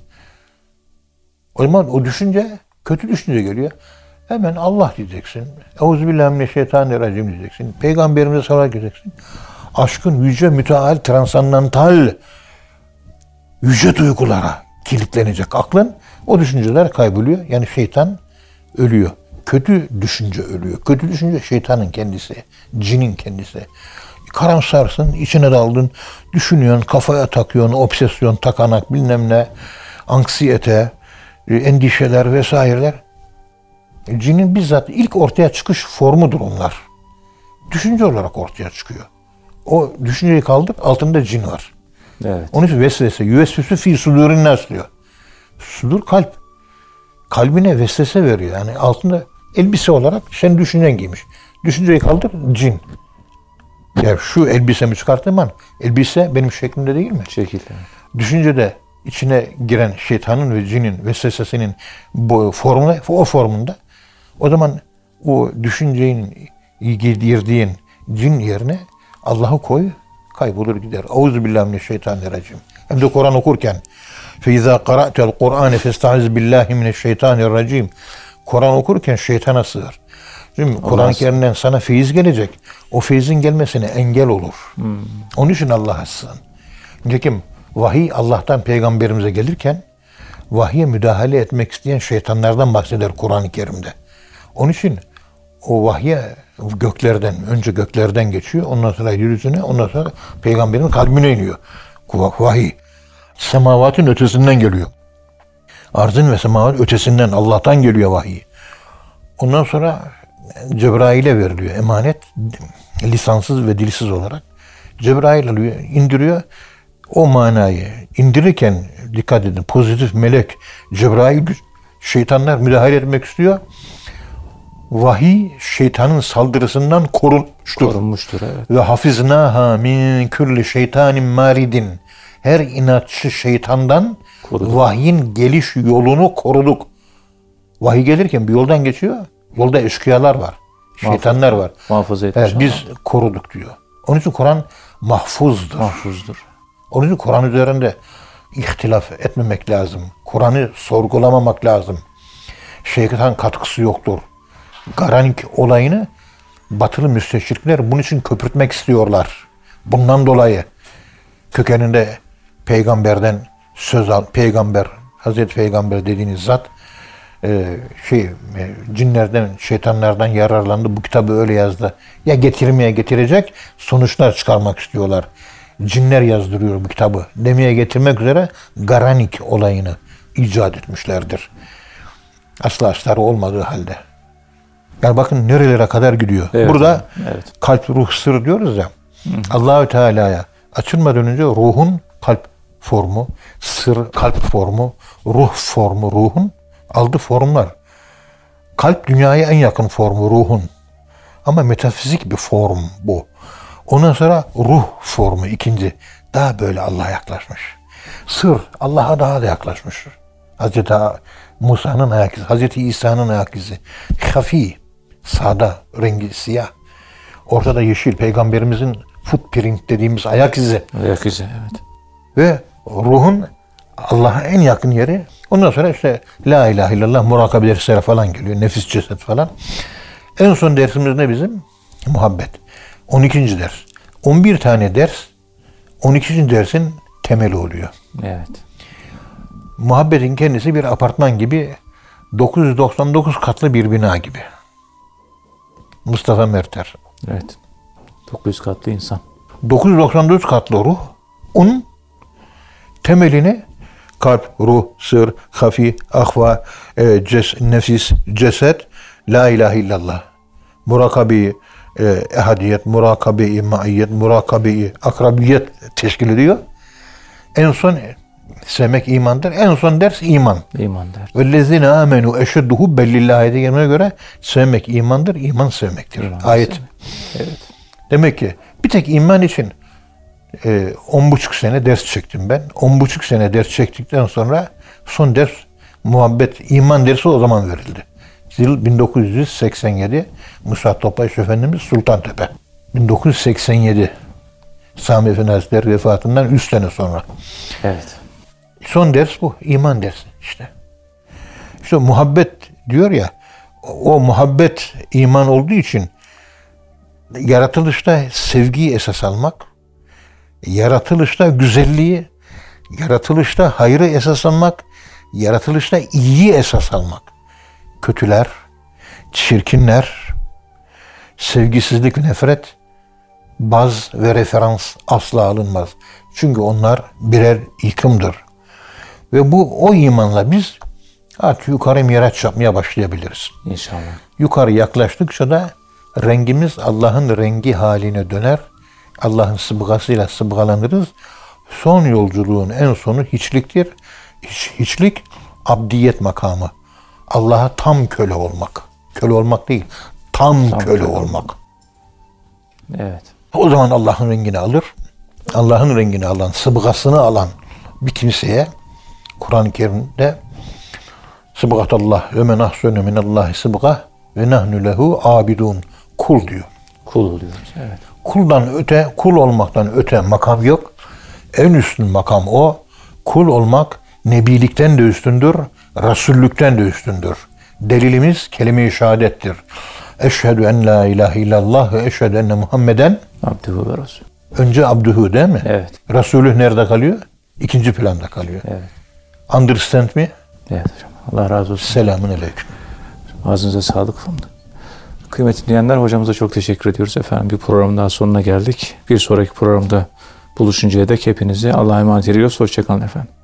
O zaman o düşünce, kötü düşünce geliyor. Hemen Allah diyeceksin. Euzubillahimineşşeytanirracim diyeceksin. Peygamberimize salat edeceksin. Aşkın yüce, müteal, transandantal yüce duygulara kilitlenecek aklın. O düşünceler kayboluyor. Yani şeytan ölüyor. Kötü düşünce ölüyor. Kötü düşünce şeytanın kendisi, cinin kendisi. Karamsarsın, içine daldın, düşünüyorsun, kafaya takıyorsun, obsesyon, takanak, bilmem ne, anksiyete, endişeler vesaireler. Cinin bizzat ilk ortaya çıkış formudur onlar. Düşünce olarak ortaya çıkıyor. O düşünceyi kaldır, altında cin var. Evet. Onun için vesvese, yüvesvüsü fî sudûrin nâs diyor. Sudur kalp. Kalbine vesvese veriyor. Yani altında elbise olarak sen düşüncen giymiş. Düşünceyi kaldır, cin. Ya şu elbisemi çıkarttığım an, elbise benim şeklimde değil mi? Şekilde. Düşüncede içine giren şeytanın ve cinin vesvesesinin bu formuna, o formunda, o zaman o düşüncenin girdiğin cin yerine Allah'ı koy, kaybolur gider. Euzubillahimineşşeytanirracim. Hem de Kur'an okurken فَاِذَا قَرَأْتَ الْقُرْآنِ فَاسْتَعِذْ بِاللّٰهِ مِنَ الشَّيْطَانِ الرَّجِيمِ. Kur'an okurken şeytana sığır. Şimdi Kur'an-ı Kerim'den sana feyiz gelecek. O feyizin gelmesine engel olur. Hmm. Onun için Allah'a sığın. Nitekim vahiy Allah'tan peygamberimize gelirken vahye müdahale etmek isteyen şeytanlardan bahseder Kur'an-ı Kerim'de. Onun için o vahye göklerden, önce göklerden geçiyor. Ondan sonra yeryüzüne, ondan sonra peygamberin kalbine iniyor. Vahiy. Semavatın ötesinden geliyor. Arzın ve semavat ötesinden, Allah'tan geliyor vahiy. Ondan sonra Cebrail'e veriliyor emanet, lisansız ve dilsiz olarak. Cebrail alıyor, indiriyor. O manayı indirirken dikkat edin, pozitif melek Cebrail, şeytanlar müdahale etmek istiyor. Vahiy şeytanın saldırısından korunmuştur. Korunmuştur, evet. Ve hafiznâhâ min külli şeytanin maridin. Her inatçı şeytandan koruduk. Vahyin geliş yolunu koruduk. Vahiy gelirken bir yoldan geçiyor. Yolda eşkıyalar var. Şeytanlar var. Muhafaza etmiş. Evet, biz koruduk diyor. Onun için Kur'an mahfuzdur. Mahfuzdur. Onun için Kur'an üzerinde ihtilaf etmemek lazım. Kur'an'ı sorgulamamak lazım. Şeytan katkısı yoktur. Garanik olayını batılı müsteşrikler bunun için köpürtmek istiyorlar. Bundan dolayı kökeninde peygamberden söz al, peygamber, Hazreti Peygamber dediğiniz zat e, şey e, cinlerden, şeytanlardan yararlandı. Bu kitabı öyle yazdı. Ya getirmeye getirecek sonuçlar çıkarmak istiyorlar. Cinler yazdırıyor bu kitabı demeye getirmek üzere Garanik olayını icat etmişlerdir. Asla astarı olmadığı halde. Yani bakın nerelere kadar gidiyor. Evet, burada evet. Kalp, ruh, sır diyoruz ya. Allahü Teala'ya açılmadan önce ruhun kalp formu, sır kalp formu, ruh formu, ruhun aldığı formlar. Kalp dünyaya en yakın formu ruhun. Ama metafizik bir form bu. Ondan sonra ruh formu ikinci. daha böyle Allah'a yaklaşmış. Sır Allah'a daha da yaklaşmış. Hazreti Musa'nın ayak izi, Hazreti İsa'nın ayak izi. Hafi, sağda, rengi siyah. Ortada yeşil, Peygamberimizin footprint dediğimiz ayak izi. Ayak izi, evet. Ve ruhun Allah'a en yakın yeri. Ondan sonra işte La ilahe illallah, murakabe dersleri falan geliyor. Nefis, ceset falan. En son dersimiz ne bizim? Muhabbet. on ikinci ders. on bir tane ders on ikinci dersin temeli oluyor. Evet. Muhabbetin kendisi bir apartman gibi, dokuz yüz doksan dokuz katlı bir bina gibi. Mustafa Merter. Evet. dokuz yüz katlı insan. dokuz yüz doksan dokuz katlı ruh, onun temelini kalp, ruh, sır, hafi, ahva, e, ces, nefis, ceset, la ilahe illallah, murakabe-i e, ehadiyet, murakabe-i maiyet, murakabe-i akrabiyet teşkil ediyor. En son sevmek imandır. En son ders iman. İman der. وَالَّذِينَ آمَنُوا اَشَدُّهُ بَلِّلّٰهِ ayeti gelmeye göre sevmek imandır, iman sevmektir. İman Ayet. sevmek. Evet. Demek ki bir tek iman için e, on buçuk sene ders çektim ben. On buçuk sene ders çektikten sonra son ders muhabbet, iman dersi o zaman verildi. Yıl bin dokuz yüz seksen yedi, Musa Topbaş Efendimiz Sultantepe. bin dokuz yüz seksen yedi Sami Efendi Hazretleri vefatından üç sene sonra. Evet. Son ders bu. İman dersi işte. İşte muhabbet diyor ya, o muhabbet iman olduğu için yaratılışta sevgiyi esas almak, yaratılışta güzelliği, yaratılışta hayrı esas almak, yaratılışta iyiyi esas almak. Kötüler, çirkinler, sevgisizlik ve nefret, baz ve referans asla alınmaz. Çünkü onlar birer yıkımdır. Ve bu o imanla biz artık yukarı miraç yapmaya başlayabiliriz. İnşallah. Yukarı yaklaştıkça da rengimiz Allah'ın rengi haline döner. Allah'ın sıbgasıyla sıbgalanırız. Son yolculuğun en sonu hiçliktir. Hiç, hiçlik abdiyet makamı. Allah'a tam köle olmak. Köle olmak değil, tam, tam köle, köle olmak. Evet. O zaman Allah'ın rengini alır. Allah'ın rengini alan, sıbgasını alan bir kimseye Kur'an-ı Kerim'de sıbgatallah ve men ahsenu minallahi sıbga ve nahnu lehu abidun, kul diyor. Kul oluyoruz. Evet. Kuldan öte, kul olmaktan öte makam yok. En üstün makam o. Kul olmak nebilikten de üstündür, rasullükten de üstündür. Delilimiz kelime-i şehadettir. Eşhedü en la ilahe illallah ve eşhedü enne Muhammeden Abdühü ve Resul. Önce abdühü değil mi? Evet. Resulü nerede kalıyor? İkinci planda kalıyor. Evet. Understand mi? Evet hocam. Allah razı olsun. Selamun aleyküm. Ağzınıza sağlık. Kıymetli dinleyenler, hocamıza çok teşekkür ediyoruz efendim. Bir programın daha sonuna geldik. Bir sonraki programda buluşuncaya dek hepinizi Allah'a emanet ediyoruz. Hoşçakalın efendim.